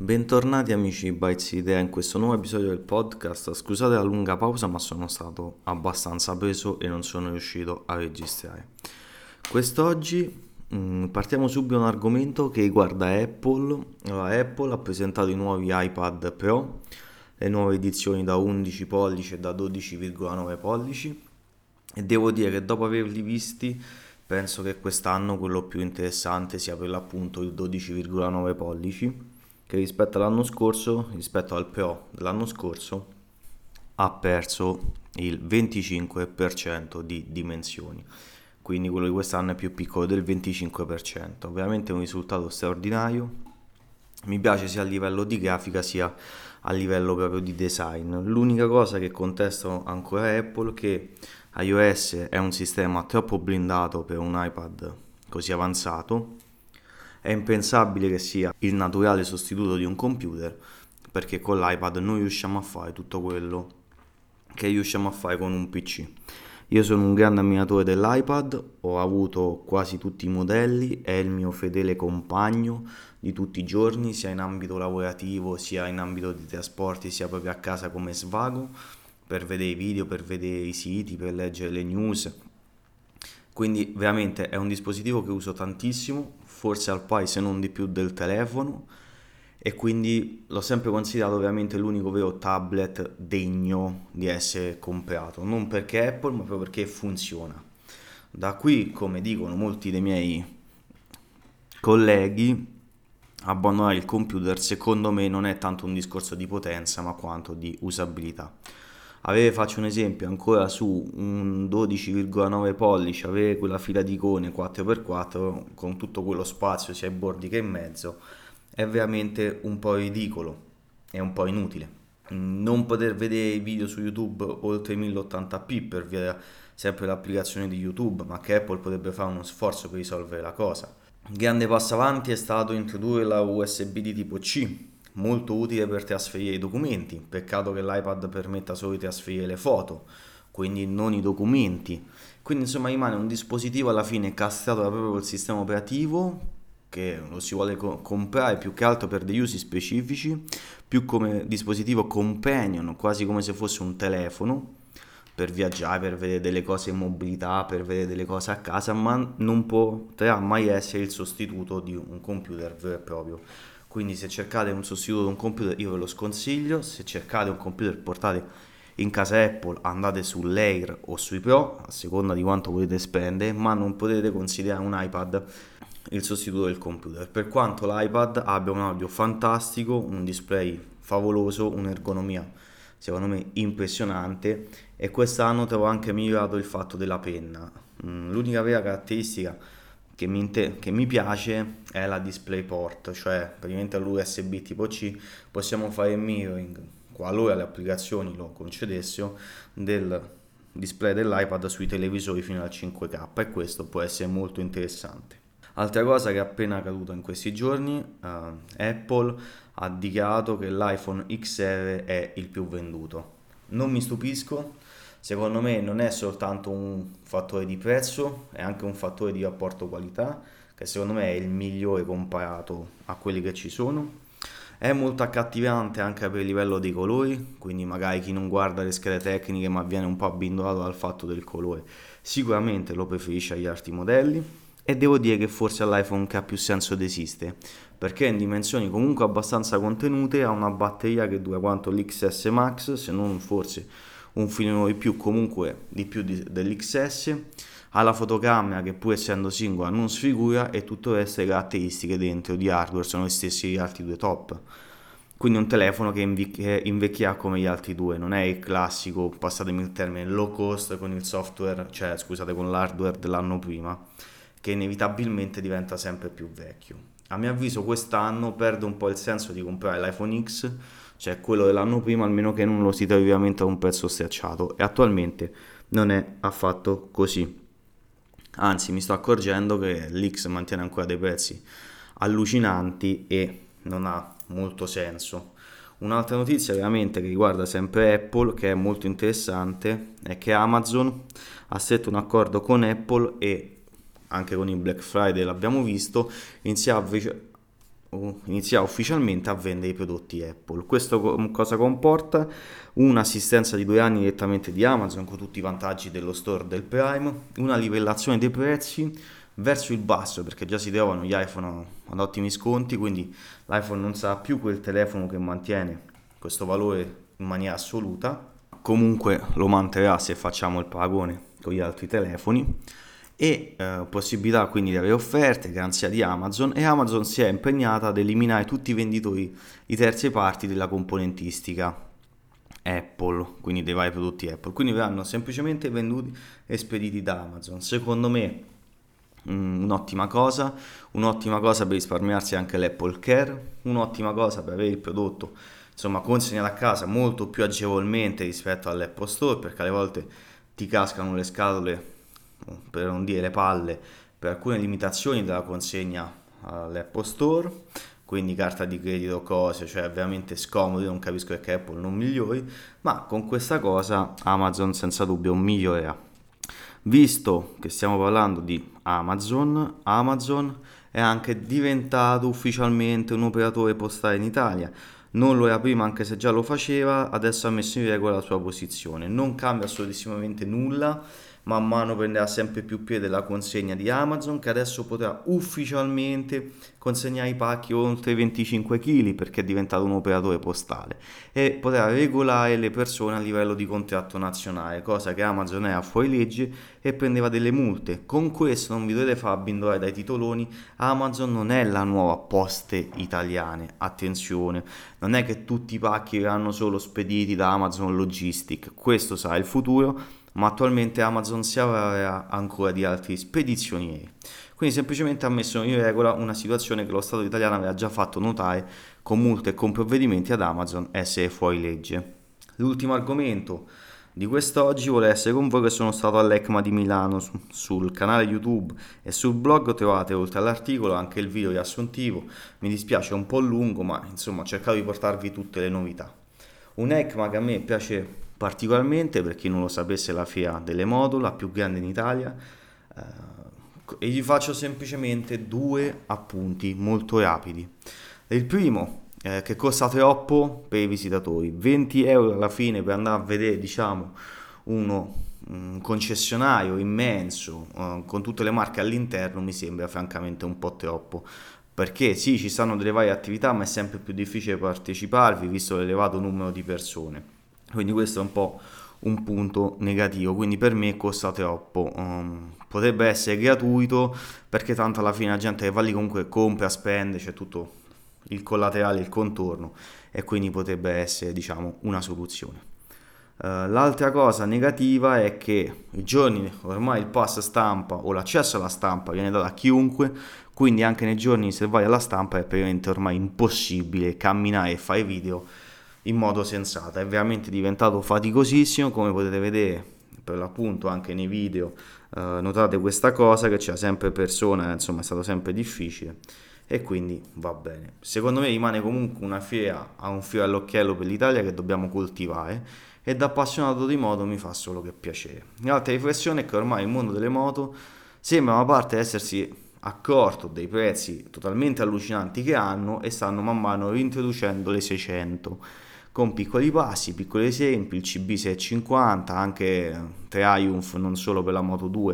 Bentornati amici di Bytes Idea in questo nuovo episodio del podcast. Scusate la lunga pausa, ma sono stato abbastanza preso e non sono riuscito a registrare. Quest'oggi partiamo subito da un argomento che riguarda Apple. Allora, Apple ha presentato i nuovi iPad Pro, le nuove edizioni da 11 pollici e da 12,9 pollici e devo dire che dopo averli visti penso che quest'anno quello più interessante sia per l'appunto il 12,9 pollici, che rispetto all'anno scorso, rispetto al Pro dell'anno scorso, ha perso il 25% di dimensioni. Quindi quello di quest'anno è più piccolo del 25%. Veramente un risultato straordinario. Mi piace sia a livello di grafica sia a livello proprio di design. L'unica cosa che contesto ancora Apple è che iOS è un sistema troppo blindato per un iPad così avanzato. È impensabile che sia il naturale sostituto di un computer, perché con l'iPad non riusciamo a fare tutto quello che riusciamo a fare con un PC. Io sono un grande ammiratore dell'iPad, ho avuto quasi tutti i modelli, è il mio fedele compagno di tutti i giorni, sia in ambito lavorativo, sia in ambito di trasporti, sia proprio a casa come svago, per vedere i video, per vedere i siti, per leggere le news. Quindi veramente è un dispositivo che uso tantissimo, forse al pari se non di più del telefono, e quindi l'ho sempre considerato veramente l'unico vero tablet degno di essere comprato, non perché Apple, ma proprio perché funziona. Da qui, come dicono molti dei miei colleghi, abbandonare il computer secondo me non è tanto un discorso di potenza, ma quanto di usabilità. Faccio un esempio, ancora su un 12,9 pollici, avere quella fila di icone 4x4 con tutto quello spazio sia ai bordi che in mezzo è veramente un po' ridicolo, è un po' inutile. Non poter vedere i video su YouTube oltre 1080p per via sempre l'applicazione di YouTube, ma che Apple potrebbe fare uno sforzo per risolvere la cosa. Un grande passo avanti è stato introdurre la USB di tipo C, molto utile per trasferire i documenti. Peccato che l'iPad permetta solo di trasferire le foto, quindi non i documenti. Quindi insomma rimane un dispositivo alla fine castrato da proprio il sistema operativo, che lo si vuole comprare più che altro per degli usi specifici, più come dispositivo companion, quasi come se fosse un telefono, per viaggiare, per vedere delle cose in mobilità, per vedere delle cose a casa, ma non potrà mai essere il sostituto di un computer vero e proprio. Quindi se cercate un sostituto di un computer io ve lo sconsiglio, se cercate un computer portate in casa Apple andate sull'Air o sui Pro, a seconda di quanto volete spendere, ma non potete considerare un iPad il sostituto del computer. Per quanto l'iPad abbia un audio fantastico, un display favoloso, un'ergonomia secondo me impressionante, e quest'anno trovo anche migliorato il fatto della penna. L'unica vera caratteristica che mi piace è la DisplayPort, cioè praticamente all'USB tipo C possiamo fare il mirroring, qualora le applicazioni lo concedessero, del display dell'iPad sui televisori fino al 5K, e questo può essere molto interessante. Altra cosa che è appena caduta in questi giorni, Apple ha dichiarato che l'iPhone XR è il più venduto. Non mi stupisco, secondo me non è soltanto un fattore di prezzo, è anche un fattore di rapporto qualità, che secondo me è il migliore comparato a quelli che ci sono. È molto accattivante anche per il livello dei colori, quindi magari chi non guarda le schede tecniche ma viene un po' abbindolato dal fatto del colore, sicuramente lo preferisce agli altri modelli. E devo dire che forse è l'iPhone che ha più senso d'esistere, perché in dimensioni comunque abbastanza contenute ha una batteria che dura quanto l'XS Max, se non forse un filino di più, comunque di più dell'XS, ha la fotocamera che pur essendo singola non sfigura, e tutto il resto delle caratteristiche dentro di hardware sono le stesse degli altri due top. Quindi un telefono che invecchia come gli altri due, non è il classico, passatemi il termine, low cost con il software, cioè scusate, con l'hardware dell'anno prima, che inevitabilmente diventa sempre più vecchio. A mio avviso quest'anno perde un po' il senso di comprare l'iPhone X, cioè quello dell'anno prima, almeno che non lo si trovi veramente a un prezzo stracciato, e attualmente non è affatto così. Anzi, mi sto accorgendo che l'X mantiene ancora dei prezzi allucinanti e non ha molto senso. Un'altra notizia veramente che riguarda sempre Apple, che è molto interessante, è che Amazon ha stretto un accordo con Apple, e anche con il Black Friday l'abbiamo visto, inizia iniziare ufficialmente a vendere i prodotti Apple. Questo cosa comporta? Un'assistenza di 2 anni direttamente di Amazon con tutti i vantaggi dello store del Prime, una livellazione dei prezzi verso il basso perché già si trovano gli iPhone ad ottimi sconti, quindi l'iPhone non sarà più quel telefono che mantiene questo valore in maniera assoluta, comunque lo manterrà se facciamo il paragone con gli altri telefoni e possibilità quindi di avere offerte, garanzia di Amazon, e Amazon si è impegnata ad eliminare tutti i venditori di terze parti della componentistica Apple, quindi dei vari prodotti Apple, quindi verranno semplicemente venduti e spediti da Amazon. Secondo me un'ottima cosa per risparmiarsi anche l'Apple Care, un'ottima cosa per avere il prodotto insomma consegnato a casa molto più agevolmente rispetto all'Apple Store, perché alle volte ti cascano le scatole, per non dire le palle, per alcune limitazioni della consegna all'Apple Store, quindi carta di credito, cose, cioè veramente scomodo. Io non capisco perché Apple non migliori, ma con questa cosa Amazon senza dubbio migliorerà. Visto che stiamo parlando di Amazon è anche diventato ufficialmente un operatore postale in Italia. Non lo era prima, anche se già lo faceva, adesso ha messo in regola la sua posizione. Non cambia assolutissimamente nulla, man mano prenderà sempre più piede la consegna di Amazon, che adesso potrà ufficialmente consegnare i pacchi oltre i 25 kg perché è diventato un operatore postale e potrà regolare le persone a livello di contratto nazionale, cosa che Amazon era fuori legge e prendeva delle multe. Con questo non vi dovete far abbindolare dai titoloni, Amazon non è la nuova Poste Italiane, attenzione, non è che tutti i pacchi verranno solo spediti da Amazon Logistic, questo sarà il futuro, ma attualmente Amazon si avvale ancora di altri spedizionieri. Quindi semplicemente ha messo in regola una situazione che lo Stato italiano aveva già fatto notare con multe e con provvedimenti ad Amazon essere fuori legge. L'ultimo argomento di quest'oggi vuole essere con voi, che sono stato all'ECMA di Milano. Sul canale YouTube e sul blog trovate oltre all'articolo anche il video riassuntivo. Mi dispiace, è un po' lungo, ma insomma ho cercato di portarvi tutte le novità. Un ECMA che a me piace particolarmente, per chi non lo sapesse, è la fiera delle moto, la più grande in Italia, e gli faccio semplicemente due appunti molto rapidi. Il primo, che costa troppo per i visitatori, 20 euro alla fine per andare a vedere, diciamo, un concessionario immenso con tutte le marche all'interno, mi sembra francamente un po' troppo. Perché sì, ci stanno delle varie attività, ma è sempre più difficile parteciparvi visto l'elevato numero di persone. Quindi questo è un po' un punto negativo, quindi per me costa troppo. Potrebbe essere gratuito perché tanto alla fine la gente che va lì comunque compra, spende, c'è tutto il collaterale, il contorno, e quindi potrebbe essere, diciamo, una soluzione. L'altra cosa negativa è che i giorni ormai il pass stampa o l'accesso alla stampa viene dato a chiunque, quindi anche nei giorni se vai alla stampa è praticamente ormai impossibile camminare e fare video in modo sensato. È veramente diventato faticosissimo, come potete vedere per l'appunto anche nei video. Notate questa cosa, che c'è sempre persone, insomma è stato sempre difficile e quindi va bene. Secondo me rimane comunque una fiera, ha un fiore all'occhiello per l'Italia che dobbiamo coltivare, e da appassionato di moto mi fa solo che piacere. L'altra riflessione è che ormai il mondo delle moto sembra a parte essersi accorto dei prezzi totalmente allucinanti che hanno e stanno man mano reintroducendo le 600 con piccoli passi, piccoli esempi, il CB650, anche Triumph non solo per la Moto 2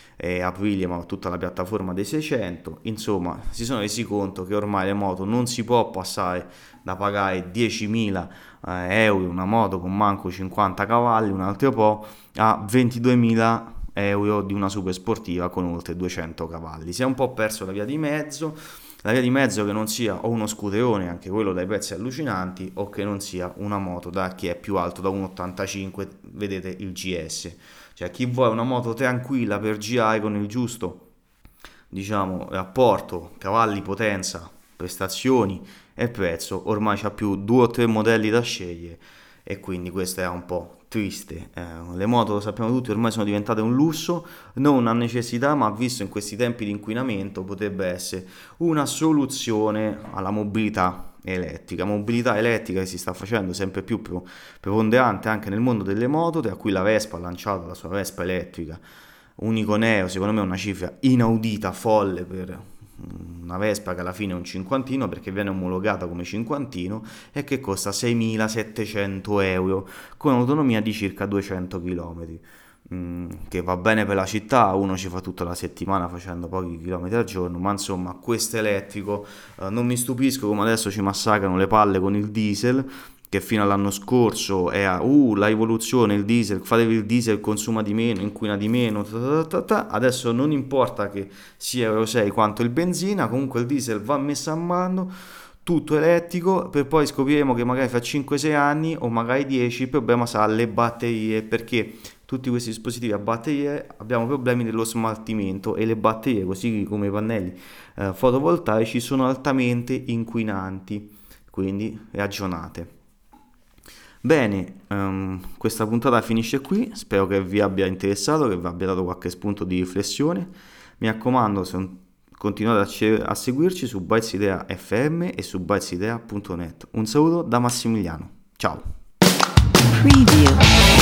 e Aprilia, ma tutta la piattaforma dei 600. Insomma, si sono resi conto che ormai le moto non si può passare da pagare 10.000 euro una moto con manco 50 cavalli, un altro po', a 22.000 euro di una super sportiva con oltre 200 cavalli. Si è un po' perso la via di mezzo. La via di mezzo che non sia o uno scooterone, anche quello dai prezzi allucinanti, o che non sia una moto da chi è più alto, da 1,85, vedete il GS. Cioè chi vuole una moto tranquilla per girare con il giusto, diciamo, rapporto cavalli, potenza, prestazioni e prezzo, ormai c'ha più 2 o 3 modelli da scegliere, e quindi questo è un po' triste. Le moto, lo sappiamo tutti, ormai sono diventate un lusso, non una necessità, ma visto in questi tempi di inquinamento potrebbe essere una soluzione alla mobilità elettrica che si sta facendo sempre più preponderante anche nel mondo delle moto, tra cui la Vespa ha lanciato la sua Vespa elettrica, unico neo, secondo me una cifra inaudita, folle per una Vespa che alla fine è un cinquantino perché viene omologata come cinquantino e che costa 6.700 euro con un'autonomia di circa 200 km. Che va bene per la città, uno ci fa tutta la settimana facendo pochi chilometri al giorno, ma insomma questo elettrico, non mi stupisco come adesso ci massacrano le palle con il diesel, che fino all'anno scorso era la rivoluzione, il diesel, fatevi il diesel, consuma di meno, inquina di meno, adesso non importa che sia Euro 6 quanto il benzina, comunque il diesel va messo a mano, tutto elettrico, per poi scopriremo che magari fra 5-6 anni o magari 10 il problema sarà le batterie, perché tutti questi dispositivi a batterie abbiamo problemi dello smaltimento e le batterie, così come i pannelli fotovoltaici, sono altamente inquinanti, quindi ragionate. Bene, questa puntata finisce qui, spero che vi abbia interessato, che vi abbia dato qualche spunto di riflessione. Mi raccomando, continuate a seguirci su Bytes Idea FM e su bytesidea.net. Un saluto da Massimiliano, ciao! Preview.